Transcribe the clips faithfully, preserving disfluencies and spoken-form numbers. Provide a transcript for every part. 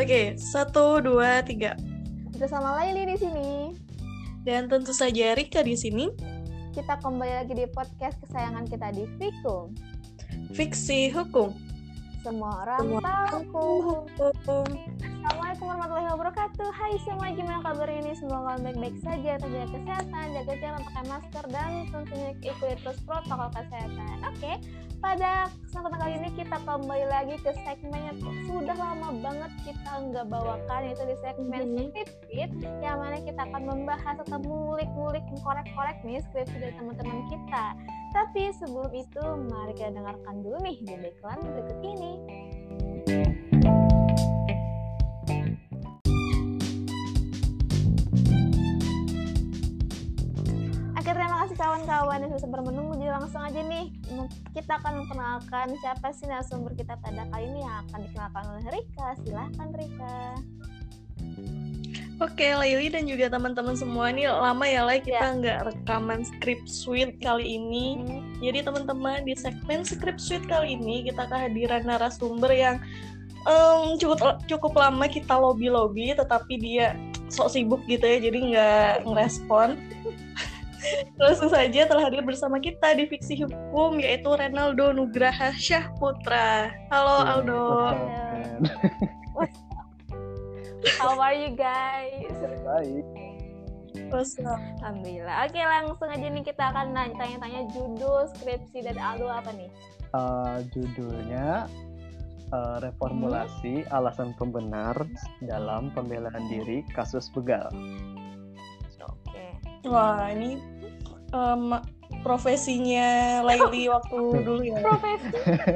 Oke, satu, dua, tiga. Bersama Laili di sini. Dan tentu saja Rika di sini. Kita kembali lagi di podcast kesayangan kita di Fikum. Fiksi Hukum. Semua orang Semua tahu hukum. Assalamualaikum warahmatullahi wabarakatuh. Hai semua, gimana kabarnya ini? Semoga kalian baik-baik saja. Terjaga kesehatan, jaga jarak, pakai masker, dan tentunya ikuti terus protokol kesehatan. Oke, pada kesempatan kali ini kita kembali lagi ke segmennya. Sudah lama banget kita nggak bawakan, itu di segmen Mm-hmm. skripsi, yang mana kita akan membahas atau ngulik-ngulik, korek-korek nih skripsi dari teman-teman kita. Tapi sebelum itu, mari kita dengarkan dulu nih di background berikut ini. Oke, terima kasih kawan-kawan yang sudah sabar menunggu. Jadi langsung aja nih, kita akan memperkenalkan siapa sih narasumber kita pada kali ini yang akan dikenalkan oleh Rika. Silahkan Rika. Oke, Laili dan juga teman-teman semua, nih lama ya Lai kita Ya. nggak rekaman script suite kali ini. Hmm. Jadi teman-teman, di segmen script suite kali ini kita kehadiran narasumber yang um, cukup cukup lama kita lobby-lobby, tetapi dia sok sibuk gitu ya, jadi nggak ngerespon. Langsung saja telah hadir bersama kita di Fiksi Hukum, yaitu Renaldo Nugraha Syahputra. Halo Aldo. How are you guys? Baik. Alhamdulillah. Oke, langsung aja nih kita akan nanya, tanya-tanya judul skripsi dari Aldo apa nih? Uh, judulnya uh, reformulasi hmm. alasan pembenar dalam pembelaan diri kasus begal. Oke. Wah, ini um, profesinya Laili waktu dulu ya. Profesi.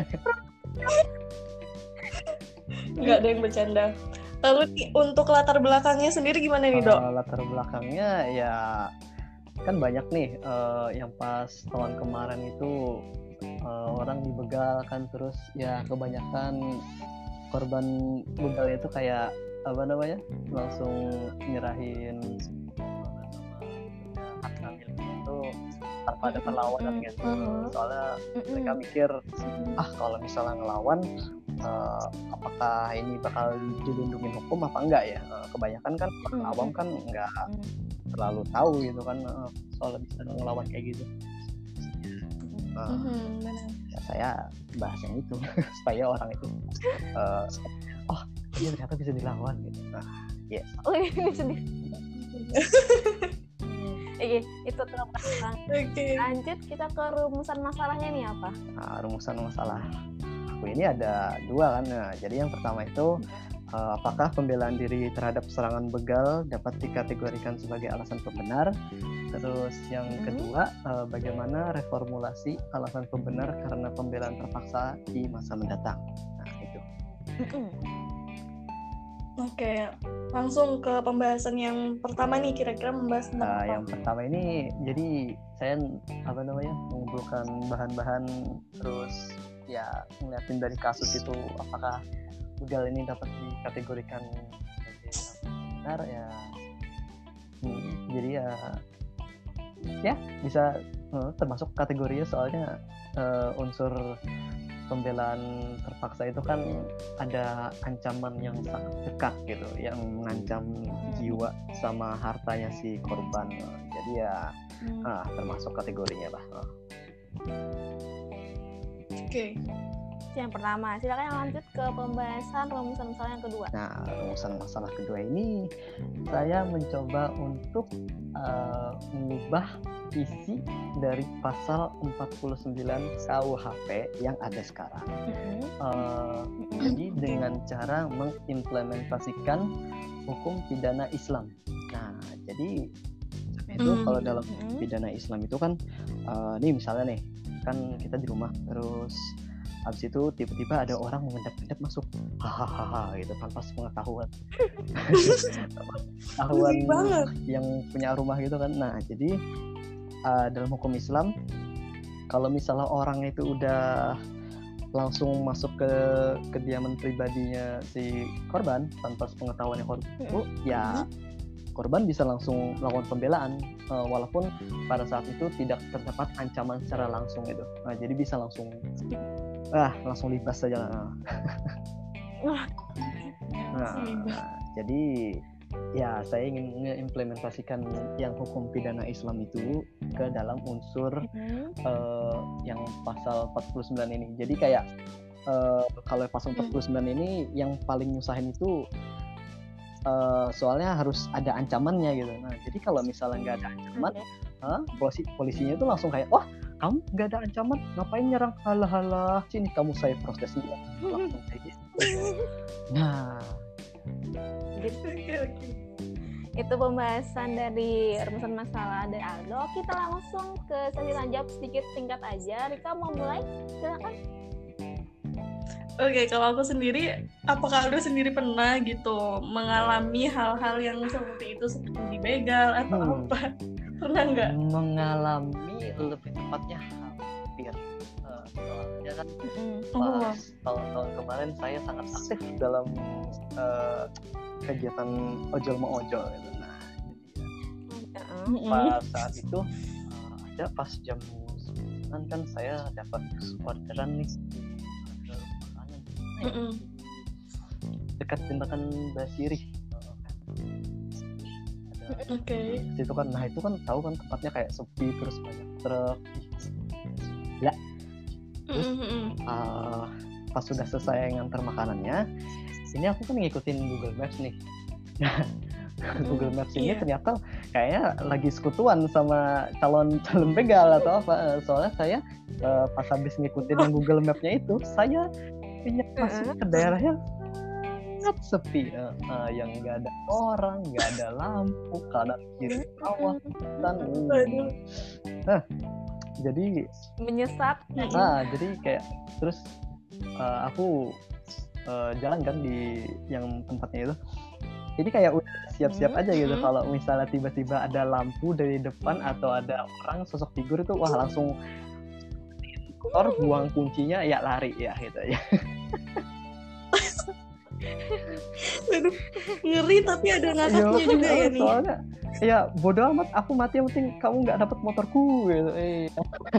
Nggak ada yang bercanda. Lalu nih, untuk latar belakangnya sendiri gimana nih, Dok? Uh, latar belakangnya ya kan banyak nih uh, yang pas tahun kemarin itu uh, orang dibegal kan, terus ya kebanyakan korban begal itu kayak apa namanya langsung nyerahin harta miliknya itu tanpa ada perlawanan gitu. Soalnya mereka mikir ah kalau misalnya ngelawan uh, apakah ini bakal dilindungi hukum apa enggak ya. Uh, kebanyakan kan orang awam kan enggak terlalu tahu gitu kan uh, soal bisa ngelawan kayak gitu. Uh, ya saya bahas yang itu supaya orang itu uh, oh dia ternyata bisa dilawan gitu. Nah, yes. Oh ini sedih. Oke, itu terang. Oke. Lanjut kita ke rumusan masalahnya nih apa? Nah, rumusan masalah aku ini ada dua kan. Nah, jadi yang pertama itu uh, apakah pembelaan diri terhadap serangan begal dapat dikategorikan sebagai alasan pembenar? Terus yang hmm. kedua, uh, bagaimana reformulasi alasan pembenar karena pembelaan terpaksa di masa mendatang? Nah, itu. Oke, langsung ke pembahasan yang pertama nih, kira-kira membahas tentang Uh, apa? yang pertama ini, jadi saya apa namanya mengumpulkan bahan-bahan, terus ya ngeliatin dari kasus itu apakah begal ini dapat dikategorikan sebagai benar ya. Hmm, jadi ya, ya bisa uh, termasuk kategorinya soalnya uh, unsur pembelaan terpaksa itu kan ada ancaman yang sangat dekat gitu, yang mengancam jiwa sama hartanya si korban. Jadi ya hmm. ah, termasuk kategorinya lah. Oke. Okay. Yang pertama, silakan lanjut ke pembahasan rumusan masalah yang kedua. Nah, rumusan masalah kedua ini saya mencoba untuk uh, mengubah isi dari pasal empat puluh sembilan K U H P yang ada sekarang. Mm-hmm. Uh, mm-hmm. Jadi dengan cara mengimplementasikan hukum pidana Islam. Nah, jadi itu mm-hmm. kalau dalam mm-hmm. pidana Islam itu kan, uh, nih misalnya nih, kan kita di rumah terus habis itu tiba-tiba ada orang mengendap-endap masuk, hahaha gitu tanpa pengetahuan, pengetahuan yang punya rumah gitu kan. Nah jadi uh, dalam hukum Islam kalau misalnya orang itu udah langsung masuk ke kediaman pribadinya si korban tanpa pengetahuannya korban itu, ya korban bisa langsung melakukan pembelaan uh, walaupun pada saat itu tidak terdapat ancaman secara langsung gitu. Nah jadi bisa langsung ah langsung libas saja. Nah, Nah, Selibah. jadi ya saya ingin mengimplementasikan yang hukum pidana Islam itu ke dalam unsur Hmm. eh, yang pasal empat puluh sembilan ini. Jadi kayak eh, kalau pasal empat puluh sembilan ini yang paling nyusahin itu eh, soalnya harus ada ancamannya gitu. Nah, jadi kalau misalnya nggak ada ancaman, Oke. Hah? Polisi, polisinya itu langsung kayak, wah kamu nggak ada ancaman, ngapain nyerang? Halah halah, sini kamu saya proses dulu. Langsung kayak gitu. Nah, Gitu. Oke, oke. Itu pembahasan dari rumusan masalah dari Aldo. Kita langsung ke sesi tanya jawab sedikit singkat aja. Rika mau mulai? Silakan. Oke, kalau aku sendiri, apakah Aldo sendiri pernah gitu mengalami hal-hal yang seperti itu seperti dibegal atau Hmm. apa? Pernah nggak? mengalami lebih tepatnya hampir. Eh, soalnya kan Hmm. Oh, pas tahun-tahun kemarin saya sangat aktif dalam eh, kegiatan ojol mau ojol gitu. Nah, jadi Heeh. pas saat itu eh, ada pas jam sembilan kan saya dapat orderan nih di order makanan Mm-mm. dekat jembatan Basiri. Ada Oke. situ kan, nah itu kan tahu kan tempatnya kayak sepi terus banyak truk. Mm-mm. Uh, pas sudah selesai ngantar makanannya, ini aku kan ngikutin Google Maps nih. Nah, Google Maps ini Iya. ternyata kayaknya lagi sekutuan sama calon calon begal atau apa. Soalnya saya uh, pas habis ngikutin Google Map-nya itu, saya pindah masuk ke daerah yang sangat sepi, uh, uh, yang nggak ada orang, nggak ada lampu, kanan kiri sawah, hutan. Aduh. Nah, jadi Menyesat. Nah, jadi kayak terus uh, aku uh, jalan kan di yang tempatnya itu. Jadi kayak udah siap-siap aja gitu Hmm. kalau misalnya tiba-tiba ada lampu dari depan atau ada orang sosok figur itu, wah langsung motor, buang kuncinya, ya lari ya gitu ya. Aduh, ngeri tapi ada ngakaknya juga ya nih. Soalnya ya bodo amat, aku mati yang penting kamu nggak dapat motorku gitu. Eh.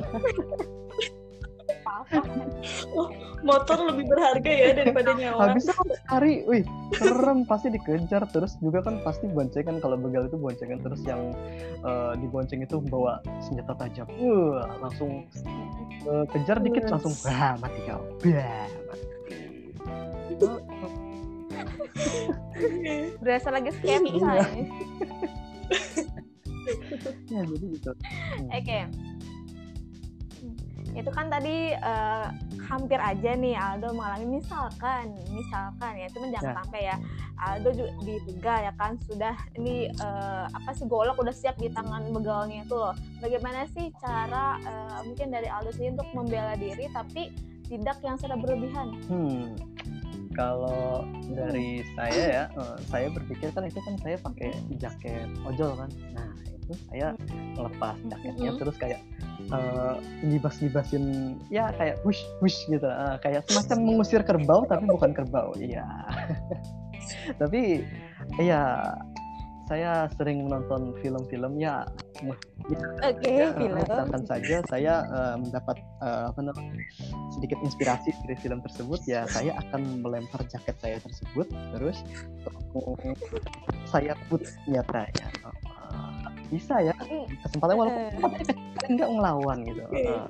Apa-apa. Motor lebih berharga ya daripada nyawa. Habisnya kan cari, wih serem, pasti dikejar. Terus juga kan pasti boncengan, kalau begal itu boncengan. Terus yang uh, dibonceng itu bawa senjata tajam, wah langsung uh, kejar dikit Yes. langsung, wah mati kau, bah mati. Berasa lagi sketsa Iya. ini. Ya jadi gitu. Hmm. Oke. Itu kan tadi eh, hampir aja nih Aldo mengalami, misalkan misalkan ya, cuman jangan Ya. sampai ya Aldo juga dibegal ya kan, sudah ini eh, apa sih, golok udah siap di tangan begalnya itu loh. Bagaimana sih cara eh, mungkin dari Aldo sendiri untuk membela diri tapi tidak yang sudah berlebihan? Hmm. Kalau dari saya ya, eh, saya berpikir kan itu kan saya pakai jaket ojol kan. Nah itu saya lepas jaketnya, Mhm. terus kayak eh, ngibas-ngibasin ya kayak wush wush gitu. Eh, kayak semacam mengusir kerbau tapi bukan kerbau. Iya. Tapi ya saya sering menonton film-film ya. Oke, Ya, film. misalkan saja saya eh, mendapat eh, apa namanya, sedikit inspirasi dari film tersebut, ya saya akan melempar jaket saya tersebut terus eh, saya put senjatanya. Eh, bisa ya kesempatan walaupun Eh. tapi enggak ngelawan gitu. Oke. Eh,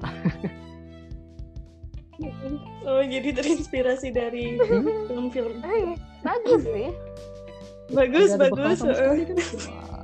Oh, jadi terinspirasi dari film-film. Eh, bagus sih. Bagus, nggak ada bekal bagus. sama sekali eh. kan. Wah.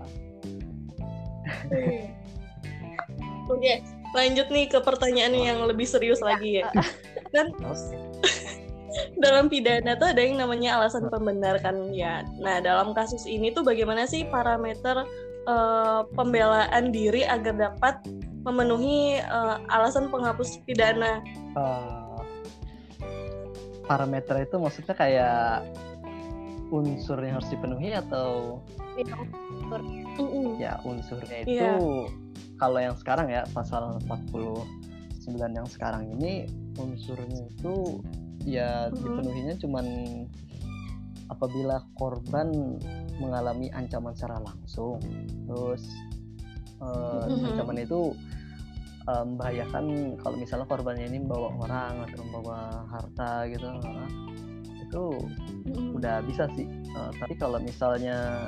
Oke, lanjut nih ke pertanyaan yang lebih serius lagi ya. Kan Oke. dalam pidana tuh ada yang namanya alasan pembenar kan ya. Nah, dalam kasus ini tuh bagaimana sih parameter eh, pembelaan diri agar dapat memenuhi eh, alasan penghapus pidana? Eh, parameter itu maksudnya kayak unsur yang harus dipenuhi atau Mm-mm. ya unsurnya itu Iya. kalau yang sekarang ya pasal empat puluh sembilan yang sekarang ini unsurnya itu ya Mhm. dipenuhinya cuman apabila korban mengalami ancaman secara langsung, terus eh, Mhm. ancaman itu eh, membahayakan kalau misalnya korbannya ini membawa orang atau membawa harta gitu, nah, itu itu Mm-mm. udah bisa sih. Uh, tapi kalau misalnya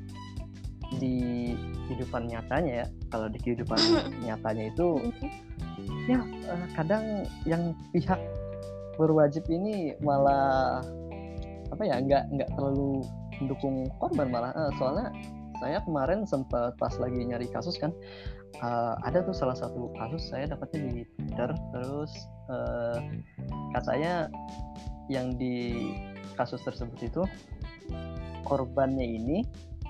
di kehidupan nyatanya ya, kalau di kehidupan nyatanya itu ya uh, kadang yang pihak berwajib ini malah apa ya, nggak nggak terlalu mendukung korban malah. Uh, soalnya saya kemarin sempat pas lagi nyari kasus kan, uh, ada tuh salah satu kasus saya dapatnya di Twitter, terus uh, katanya yang di kasus tersebut itu korbannya ini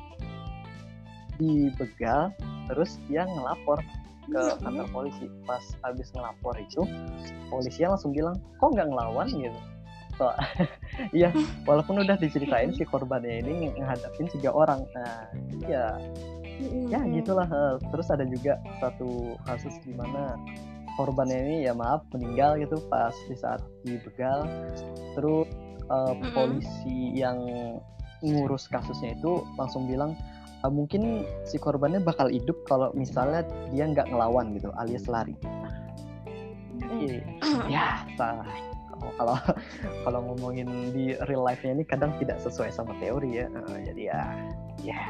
dibegal, terus dia ngelapor ke kantor polisi. Pas habis ngelapor itu polisinya langsung bilang, kok nggak ngelawan gitu. So, iya, walaupun udah diceritain si korbannya ini menghadapin tiga orang. Nah, ya, ya gitulah. Terus ada juga satu kasus di mana korbannya ini ya maaf meninggal gitu pas di saat dibegal. Terus uh, polisi yang ngurus kasusnya itu langsung bilang, uh, mungkin si korbannya bakal hidup kalau misalnya dia nggak ngelawan gitu, alias lari. Jadi, ya, sah. Kalau kalau ngomongin di real life-nya ini kadang tidak sesuai sama teori ya, uh, jadi ya, ya,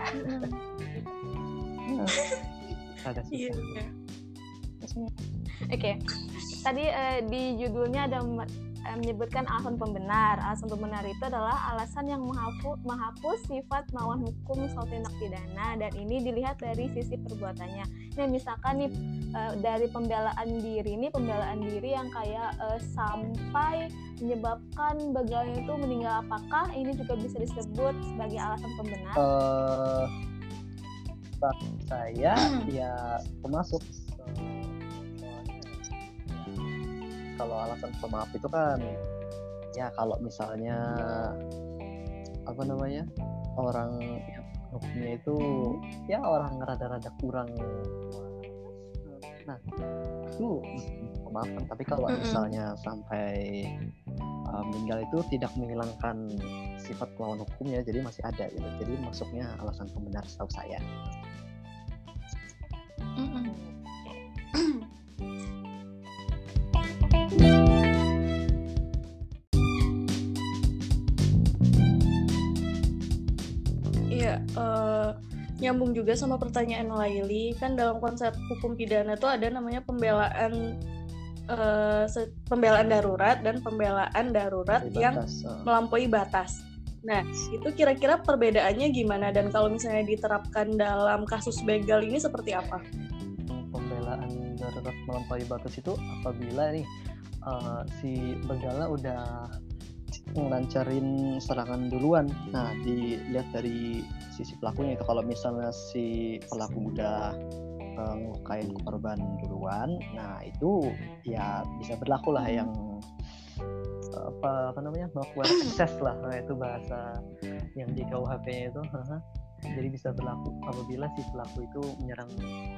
ada susah. Iya. Oke, tadi uh, di judulnya ada uh, menyebutkan alasan pembenar. Alasan pembenar itu adalah alasan yang menghapus, menghapus sifat melawan hukum suatu tindak pidana, dan ini dilihat dari sisi perbuatannya. Nah, misalkan nih uh, dari pembelaan diri, ini pembelaan diri yang kayak uh, sampai menyebabkan begalnya itu meninggal, apakah ini juga bisa disebut sebagai alasan pembenar? Uh, saya ya termasuk. Kalau alasan pemaaf itu kan ya kalau misalnya apa namanya orang yang hukumnya itu ya orang rada-rada kurang, nah itu pemaafkan. Tapi kalau misalnya sampai uh, meninggal itu tidak menghilangkan sifat melawan hukumnya, jadi masih ada gitu. Jadi masuknya alasan pembenar setahu saya. Iya, uh, nyambung juga sama pertanyaan Laili, kan dalam konsep hukum pidana tuh ada namanya pembelaan uh, se- pembelaan darurat dan pembelaan darurat Dari yang batas, uh. melampaui batas. Nah, itu kira-kira perbedaannya gimana, dan kalau misalnya diterapkan dalam kasus begal ini seperti apa? Pembelaan darurat melampaui batas itu apabila nih uh, si begalnya udah ngelancarin serangan duluan. Nah, dilihat dari sisi pelakunya itu, kalau misalnya si pelaku udah uh, ngelukain korban duluan, nah itu ya bisa berlaku lah yang apa apa namanya melakukan ekses lah. Nah, itu bahasa yang di K U H P-nya itu. Jadi bisa berlaku apabila si pelaku itu menyerang,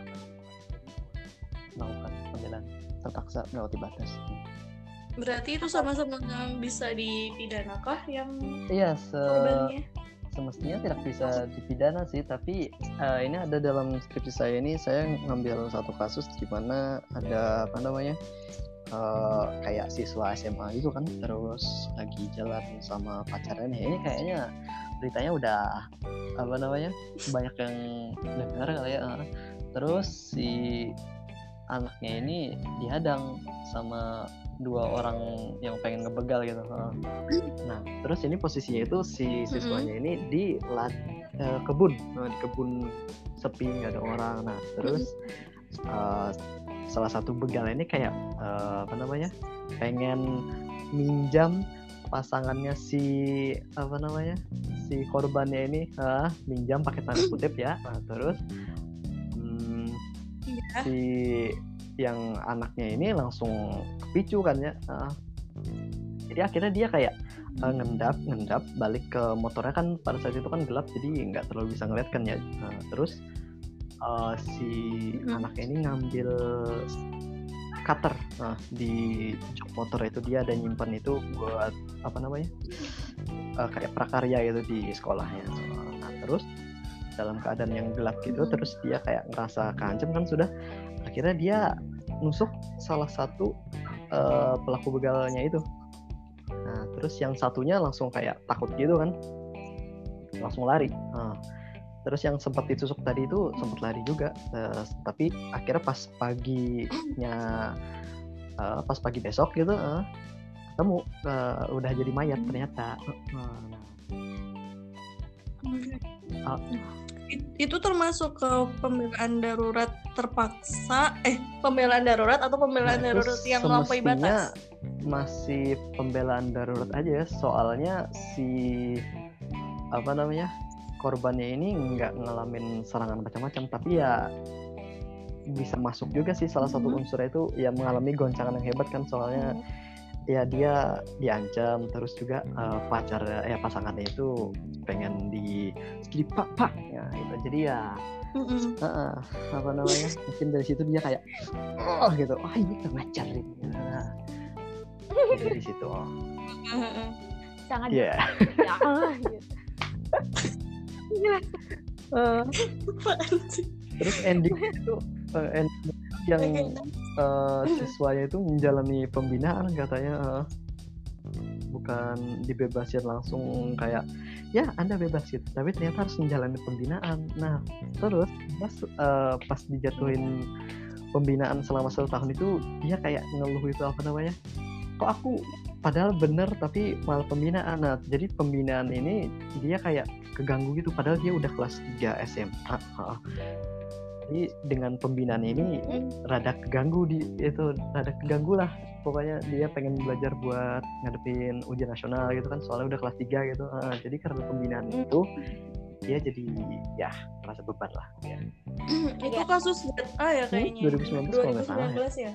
melakukan pembelaan terpaksa melewati batas. Berarti itu sama-sama bisa dipidana kah yang Iya, se- korbannya? semestinya tidak bisa dipidana sih, tapi uh, ini ada dalam skripsi saya ini, saya ngambil satu kasus di mana ada apa namanya uh, kayak siswa S M A gitu kan, terus lagi jalan sama pacarnya. Ini kayaknya beritanya udah apa namanya banyak yang dengar kali ya. Uh, terus si anaknya ini dihadang sama dua orang yang pengen ngebegal gitu. Nah, terus ini posisinya itu si siswanya ini di lat, uh, kebun, nah, di kebun sepi nggak ada orang. Nah, terus uh, salah satu begal ini kayak uh, apa namanya pengen minjam pasangannya si apa namanya si korbannya ini, uh, minjam pakai tanda kutip ya. Nah, terus hmm, Ya. si yang anaknya ini langsung kepicu kan ya. Uh, jadi akhirnya dia kayak uh, ngendap ngendap balik ke motornya kan, pada saat itu kan gelap jadi nggak terlalu bisa ngeliat kan ya. Uh, terus uh, si hmm. anaknya ini ngambil cutter, nah di jok motor itu dia ada nyimpan itu buat apa namanya uh, kayak prakarya gitu di sekolahnya. Nah, terus dalam keadaan yang gelap gitu, hmm. terus dia kayak ngerasa keancam kan sudah, akhirnya dia nusuk salah satu uh, pelaku begalnya itu. Nah terus yang satunya langsung kayak takut gitu kan, langsung lari. Nah, terus yang sempat ditusuk tadi itu sempat lari juga, uh, tapi akhirnya pas paginya, uh, pas pagi besok gitu, uh, ketemu uh, udah jadi mayat ternyata. Uh, uh. Itu termasuk ke pembelaan darurat terpaksa, eh pembelaan darurat atau pembelaan nah, darurat yang melampaui batas? Masih pembelaan darurat aja, soalnya si apa namanya korbannya ini nggak ngalamin serangan macam-macam, tapi ya bisa masuk juga sih salah satu unsurnya itu ya mengalami goncangan yang hebat kan, soalnya ya dia diancam, terus juga uh, pacar ya pasangannya itu pengen di di pak pak ya gitu, jadi ya uh, uh, apa namanya mungkin dari situ dia kayak oh gitu, oh ini pengacar ini, nah, dari situ oh. sangat yeah. ya gitu. uh, terus ending itu uh, ending yang uh, siswanya itu menjalani pembinaan katanya, uh, bukan dibebasin langsung kayak ya Anda bebas gitu, tapi ternyata harus menjalani pembinaan. Nah terus pas uh, pas dijatuhin pembinaan selama satu tahun itu dia kayak ngeluh itu apa namanya, kok aku padahal bener tapi malah pembinaan. Nah jadi pembinaan ini dia kayak keganggu gitu, padahal dia udah kelas tiga S M A. Uh, Jadi dengan pembinaan ini rada keganggu di itu rada keganggu lah. Pokoknya dia pengen belajar buat ngadepin ujian nasional gitu kan, soalnya udah kelas tiga gitu. Uh, jadi karena pembinaan itu dia jadi ya merasa beban lah ya. Itu kasus Z A ya kayaknya. dua ribu sembilan belas kalau nggak salah ya.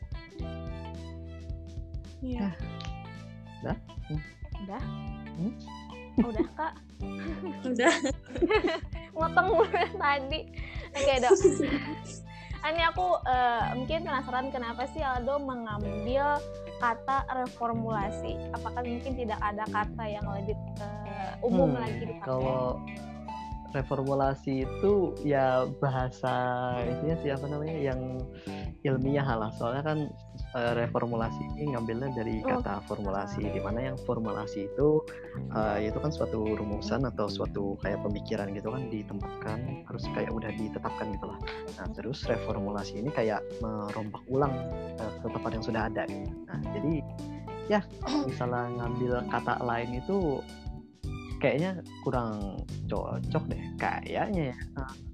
Iya. Udah? Udah? Hmm? Oh, udah Kak. Udah. Motong mulu tadi. Oke dok. Ini aku uh, mungkin penasaran kenapa sih Aldo mengambil kata reformulasi. Apakah mungkin tidak ada kata yang lebih uh, umum hmm, lagi dipakai? Kalau reformulasi itu ya bahasa itunya siapa namanya yang ilmiah lah, soalnya kan uh, reformulasi ini ngambilnya dari kata formulasi, di mana yang formulasi itu uh, itu kan suatu rumusan atau suatu kayak pemikiran gitu kan ditempatkan, harus kayak udah ditetapkan gitu lah. Nah terus reformulasi ini kayak merombak ulang uh, ketetapan yang sudah ada gitu. Nah jadi ya misalnya ngambil kata lain itu kayaknya kurang cocok deh kayaknya ya.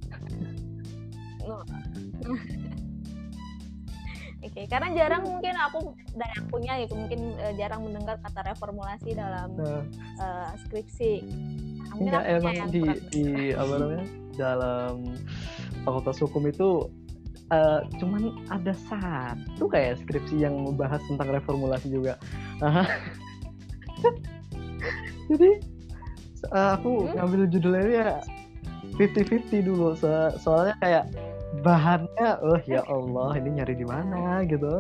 Oke, okay, karena jarang mungkin aku dari akunya gitu mungkin uh, jarang mendengar kata reformulasi dalam nah. uh, skripsi. Mungkin enggak emang di di apa namanya dalam fakultas hukum itu uh, cuman ada satu kayak skripsi yang membahas tentang reformulasi juga. Jadi uh, aku hmm? ngambil judulnya ya fifty-fifty dulu, so- soalnya kayak bahannya, oh ya Allah ini nyari di mana gitu.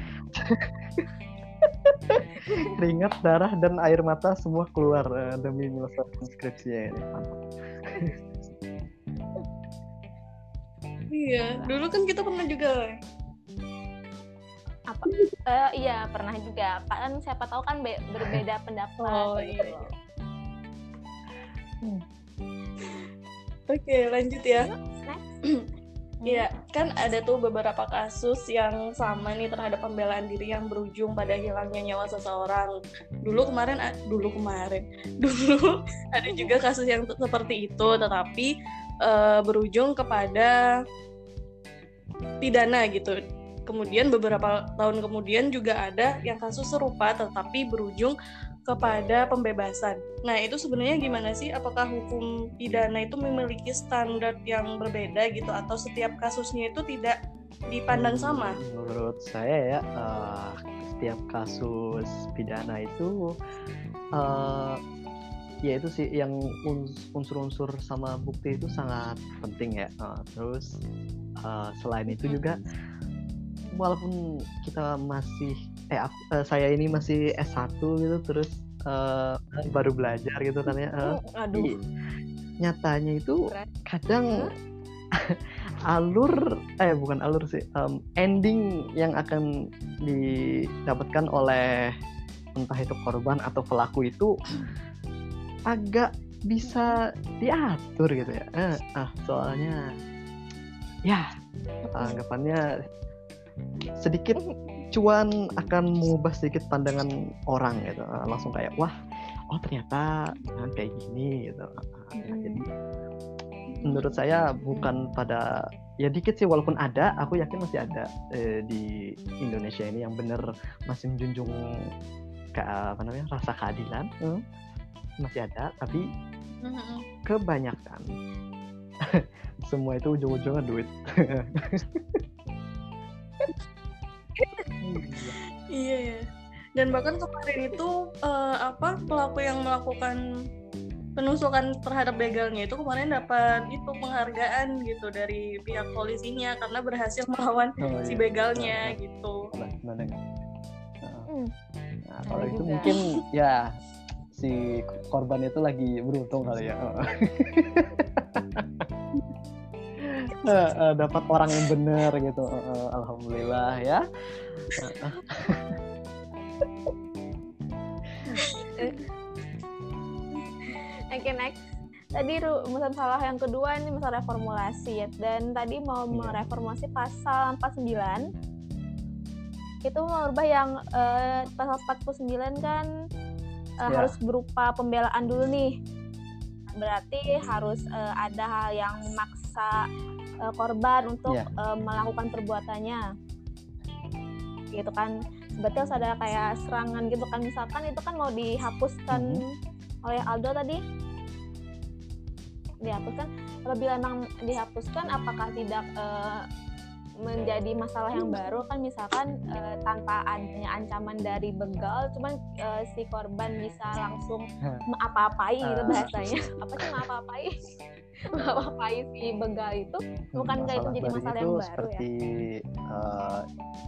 Keringat, darah dan air mata semua keluar uh, demi menyelesaikan skripsinya ini. Iya, dulu kan kita pernah juga. Apa? Uh, iya pernah juga. Kan siapa tahu kan be- berbeda pendapat. Oh gitu. iya. Hmm. Oke, lanjut ya. Iya, kan ada tuh beberapa kasus yang sama nih terhadap pembelaan diri yang berujung pada hilangnya nyawa seseorang. Dulu kemarin, dulu kemarin, dulu ada juga kasus yang t- seperti itu, tetapi uh, berujung kepada pidana gitu. Kemudian beberapa tahun kemudian juga ada yang kasus serupa, tetapi berujung kepada pembebasan. Nah, itu sebenarnya gimana sih? Apakah hukum pidana itu memiliki standar yang berbeda gitu, atau setiap kasusnya itu tidak dipandang sama? Menurut saya ya, uh, setiap kasus pidana itu, uh, ya itu sih yang uns- unsur-unsur sama bukti itu sangat penting ya. Uh, terus uh, selain itu juga, walaupun kita masih eh aku, uh, saya ini masih S satu gitu, terus uh, baru belajar gitu kan ya. Uh, Aduh. Nyatanya itu kadang alur eh bukan alur sih, um, ending yang akan didapatkan oleh entah itu korban atau pelaku itu agak bisa diatur gitu ya. Eh, ah soalnya ya anggapannya sedikit cuan akan mengubah sedikit pandangan orang gitu. Ah, langsung kayak wah, oh ternyata ah, kayak gini gitu. Ah, ya, jadi menurut saya bukan pada ya dikit sih, walaupun ada, aku yakin masih ada eh, di Indonesia ini yang benar masih menjunjung ke apa namanya rasa keadilan. Hmm. Masih ada, tapi kebanyakan semua itu ujung-ujungnya duit. Iya ya. Dan bahkan kemarin itu uh, apa pelaku yang melakukan penusukan terhadap begalnya itu kemarin dapat itu penghargaan gitu dari pihak polisinya karena berhasil melawan oh, si begalnya iya. gitu. Nah, nah, nah. Nah, kalau itu juga mungkin ya si korban itu lagi beruntung kali ya. uh, uh, dapat orang yang benar gitu. Uh, alhamdulillah ya. Oke, okay, next. Tadi masalah yang kedua ini masalah reformulasi ya. Dan tadi mau yeah. mereformasi pasal empat puluh sembilan. Itu merubah yang uh, pasal empat puluh sembilan kan Uh, yeah. harus berupa pembelaan dulu nih, berarti harus uh, ada hal yang memaksa uh, korban untuk yeah. uh, melakukan perbuatannya, gitu kan. Berarti harus ada kayak serangan gitu kan, misalkan itu kan mau dihapuskan mm-hmm. oleh Aldo tadi, dihapuskan. Apabila memang dihapuskan, apakah tidak uh, menjadi masalah yang baru kan, misalkan uh, tanpa adanya ancaman dari begal, cuman uh, si korban bisa langsung apa-apai gitu bahasanya. Apa sih apa-apai? Apa-apai si begal itu, bukan kayak itu jadi masalah yang baru seperti, ya? Uh...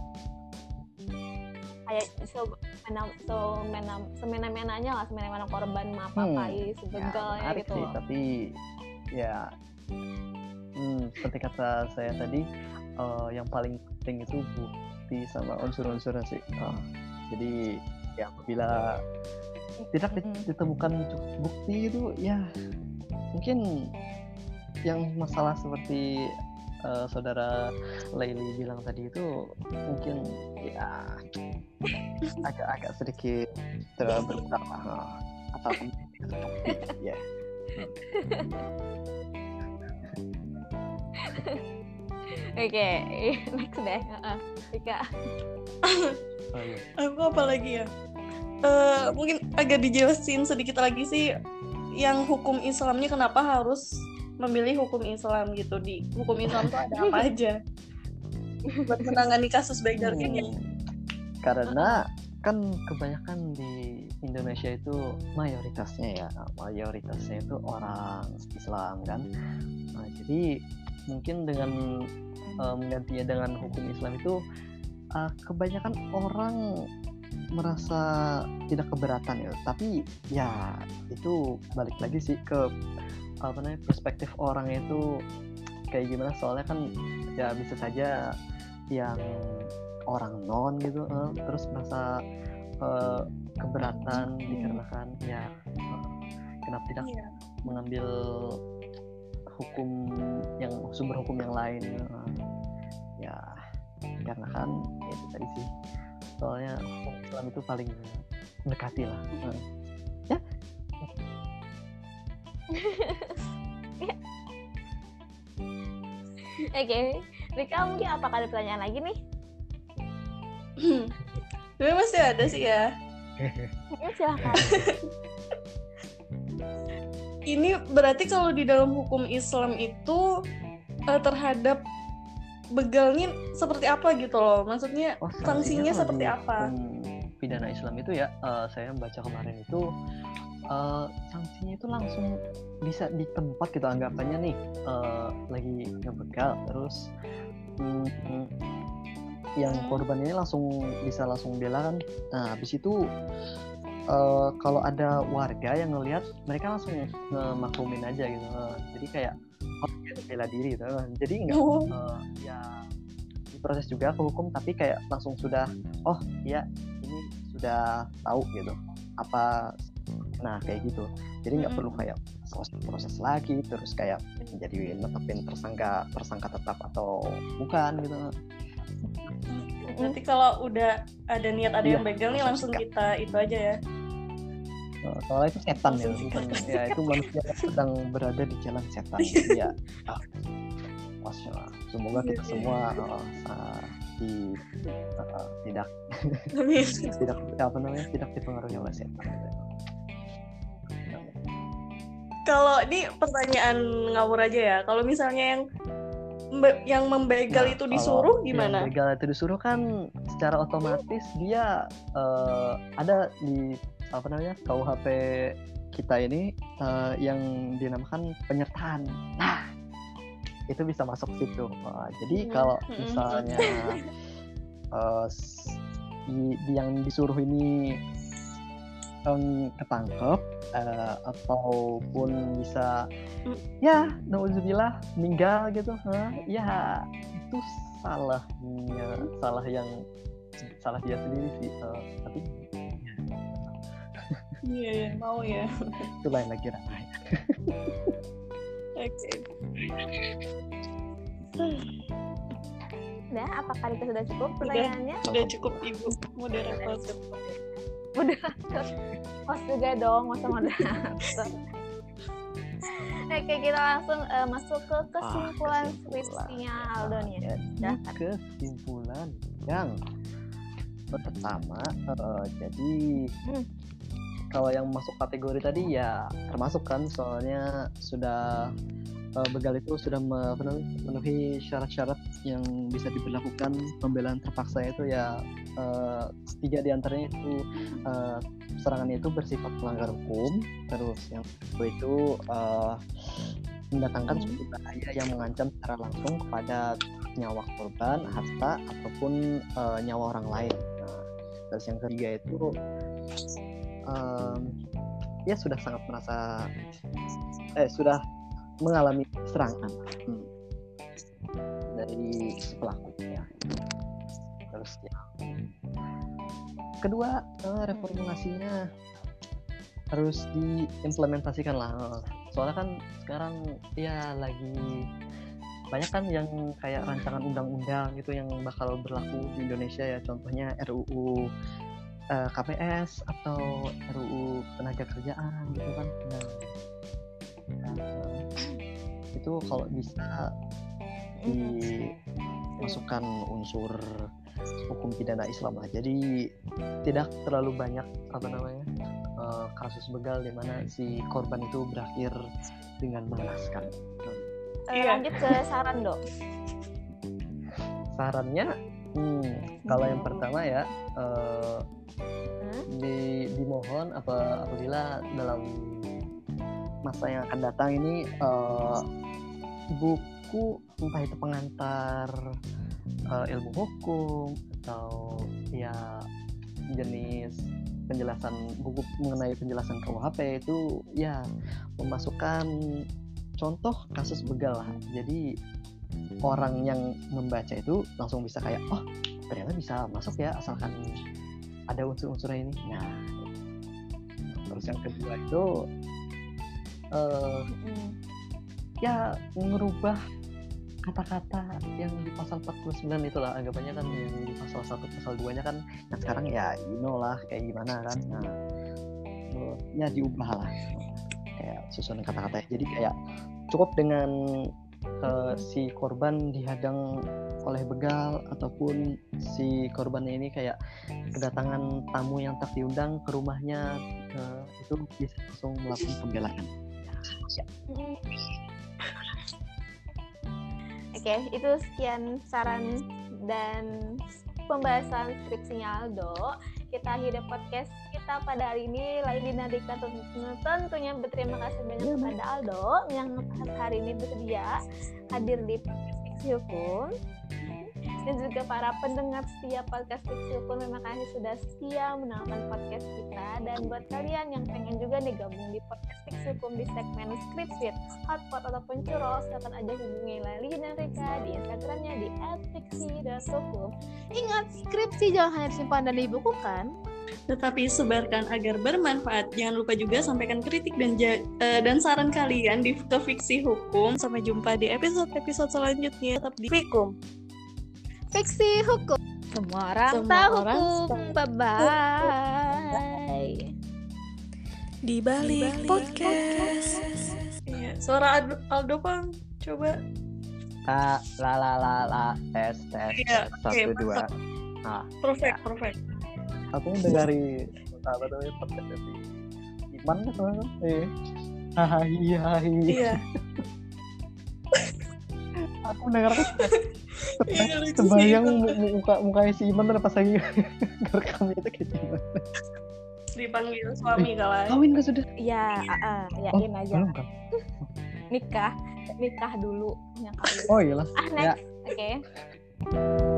Kayak so, menam, so menam, semena-menanya lah, semena-mena korban apa-apai hmm, si begalnya ya, gitu sih, loh. Tapi ya hmm, seperti kata saya tadi, Uh, yang paling penting itu bukti sama unsur-unsurnya sih. Uh, jadi ya apabila tidak ditemukan cukup bukti itu ya mungkin yang masalah seperti uh, saudara Laili bilang tadi itu mungkin ya agak-agak sedikit terberat uh, atau bukti ya. Oke, okay. Next deh, uh, Rika. Aku apa lagi ya? Uh, mungkin agak dijelasin sedikit lagi sih, yang hukum Islamnya kenapa harus memilih hukum Islam gitu. Di hukum Islam tuh ada apa aja buat menangani kasus begal ini? Karena kan kebanyakan di Indonesia itu mayoritasnya ya, mayoritasnya itu orang Islam kan. Nah, jadi mungkin dengan uh, menggantinya dengan hukum Islam itu uh, kebanyakan orang merasa tidak keberatan ya, tapi ya itu balik lagi sih ke apa namanya perspektif orang itu kayak gimana. Soalnya kan ya bisa saja yang orang non gitu uh, terus merasa uh, keberatan dikarenakan ya uh, kenapa tidak yeah. mengambil hukum yang sumber hukum yang lain uh, ya karena kan ya itu tadi sih, soalnya hukum Islam itu paling mendekati lah uh. ya oke okay. Rika, mungkin apakah ada pertanyaan lagi nih? Tapi masih ada sih ya. Ya silahkan. Ini berarti kalau di dalam hukum Islam itu uh, terhadap begalnya seperti apa gitu loh? Maksudnya oh, sanksinya seperti apa? Pidana Islam itu ya, uh, saya baca kemarin itu uh, sanksinya itu langsung bisa di tempat gitu, anggapannya nih uh, lagi ngebegal terus mm, mm, yang korban ini langsung bisa langsung bela kan. Nah habis itu uh, kalau ada warga yang ngelihat, mereka langsung ngemaklumin aja gitu. Uh, jadi kayak oh bela diri gitu. Uh, jadi nggak uh, ya diproses juga ke hukum, tapi kayak langsung sudah oh ya ini sudah tahu gitu apa, nah kayak gitu. Jadi nggak perlu kayak proses-proses lagi terus kayak jadi netepin tersangka tersangka tetap atau bukan gitu. Nanti kalau udah ada niat ada Iya, yang begal nih langsung sikat. kita itu aja ya. Uh, soalnya itu setan ya, Langsung bukan sikat. ya itu manusia yang sedang berada di jalan setan. Ya, ah, masya Allah. Semoga kita Iya. semua uh, uh, di uh, tidak Amin. tidak apa namanya tidak dipengaruhi oleh setan. Kalau ini pertanyaan ngawur aja ya. Kalau misalnya yang mbe- yang membegal Nah, itu kalau disuruh yang gimana? begal itu disuruh kan secara otomatis dia uh, ada di apa namanya K U H P kita ini uh, yang dinamakan penyertaan. Nah, itu bisa masuk situ. Uh, jadi Hmm, kalau hmm, misalnya uh, s- di- di yang disuruh ini um, ketangkep uh, ataupun bisa Hmm. ya nauzubillah meninggal gitu, huh? Ya itu salahnya salah yang salah dia sendiri sih, uh, tapi Iya, iya, mau ya. itu lain lagi ranahnya. Oke. Udah, apakah itu sudah cukup Udah. pertanyaannya? Sudah cukup Ibu moderator. Moderator. Host juga dong, masa moderator. Oke, kita langsung uh, masuk ke kesimpulan Ah, skripsinya kesimpulan. Aldo nih. Jadi, Silakan. kesimpulan yang pertama, uh, jadi Hmm. kalau yang masuk kategori tadi ya termasuk kan, soalnya sudah uh, begal itu sudah memenuhi syarat-syarat yang bisa diberlakukan pembelaan terpaksa itu ya, uh, tiga diantaranya itu uh, serangannya itu bersifat melanggar hukum, terus yang kedua itu uh, mendatangkan suatu bahaya yang mengancam secara langsung kepada nyawa korban, harta ataupun uh, nyawa orang lain. Nah, terus yang ketiga itu um, ya sudah sangat merasa eh sudah mengalami serangan hmm, dari si pelaku ya. Terus ya kedua, uh, reformulasinya harus diimplementasikan lah, soalnya kan sekarang ya lagi banyak kan yang kayak rancangan undang-undang gitu yang bakal berlaku di Indonesia ya, contohnya R U U uh, K P S atau R U U tenaga kerjaan gitu kan. Nah, nah, itu kalau bisa dimasukkan unsur hukum pidana Islam lah, jadi tidak terlalu banyak apa namanya uh, kasus begal di mana si korban itu berakhir dengan mengenaskan. Uh, Iya. Lanjut ke saran dong. Sarannya, hmm, kalau yang pertama ya, uh, Hmm? di, dimohon apa apabila dalam masa yang akan datang ini uh, buku entah itu pengantar uh, ilmu hukum atau ya jenis penjelasan buku mengenai penjelasan K U H P itu ya memasukkan contoh kasus begal lah. Jadi orang yang membaca itu langsung bisa kayak, oh ternyata bisa masuk ya asalkan ada unsur-unsurnya ini. Nah, terus yang kedua itu uh, Hmm. ya merubah kata-kata yang di pasal empat puluh sembilan itulah, anggapannya kan yang di pasal satu pasal dua nya kan yang sekarang ya you know lah kayak gimana kan. Nah, uh, ya diubah lah kayak susunan kata-katanya, jadi kayak cukup dengan uh, si korban dihadang oleh begal ataupun si korbannya ini kayak kedatangan tamu yang tak diundang ke rumahnya, uh, itu bisa langsung melakukan pembelaan. Ya. Oke, itu sekian saran dan pembahasan skripsinya Aldo. Kita akhiri podcast kita pada hari ini. Lagi dinantikan tentunya berterima kasih banyak kepada Aldo yang hari ini bersedia hadir di podcast Fiksi Hukum. Dan juga para pendengar setia podcast Fiksi Hukum, terima kasih sudah setia menonton podcast kita. Dan buat kalian yang pengen juga nih gabung di podcast Fiksi Hukum di segmen Skripsi, Hotpot ataupun Curol, silakan aja hubungi Lali dan Rika di Instagramnya di at fiksi dot hukum. Ingat, skripsi jangan hanya disimpan dan dibukukan, tetapi sebarkan agar bermanfaat. Jangan lupa juga sampaikan kritik dan ja- uh, dan saran kalian di ke Fiksi Hukum. Sampai jumpa di episode-episode selanjutnya. Tetap di Fikum. Fiksi Hukum. Semua orang Semua tahu orang hukum. Bye bye. Di balik podcast. Iya, suara Aldo, Aldo Pang, coba. Ah, la la la la tes tes Iya, satu oke, dua. mantap. Nah, Perfect, perfect. aku dari apa namanya podcast dari Iman kan teman-teman. Eh, hai hai. Iya. Aku dengar Iya, lucu sih Sebayang itu. mu- muka mukanya si Iman tuh pas lagi ngerekam itu kayak gimana? Dipanggil suami kawan. Kawin gak sudah? Ya, uh, uh, Oh, yakin aja. belum kan? Nikah, nikah dulu. Ya, kawin. Oh iyalah. Ah, Ya. next. Oke.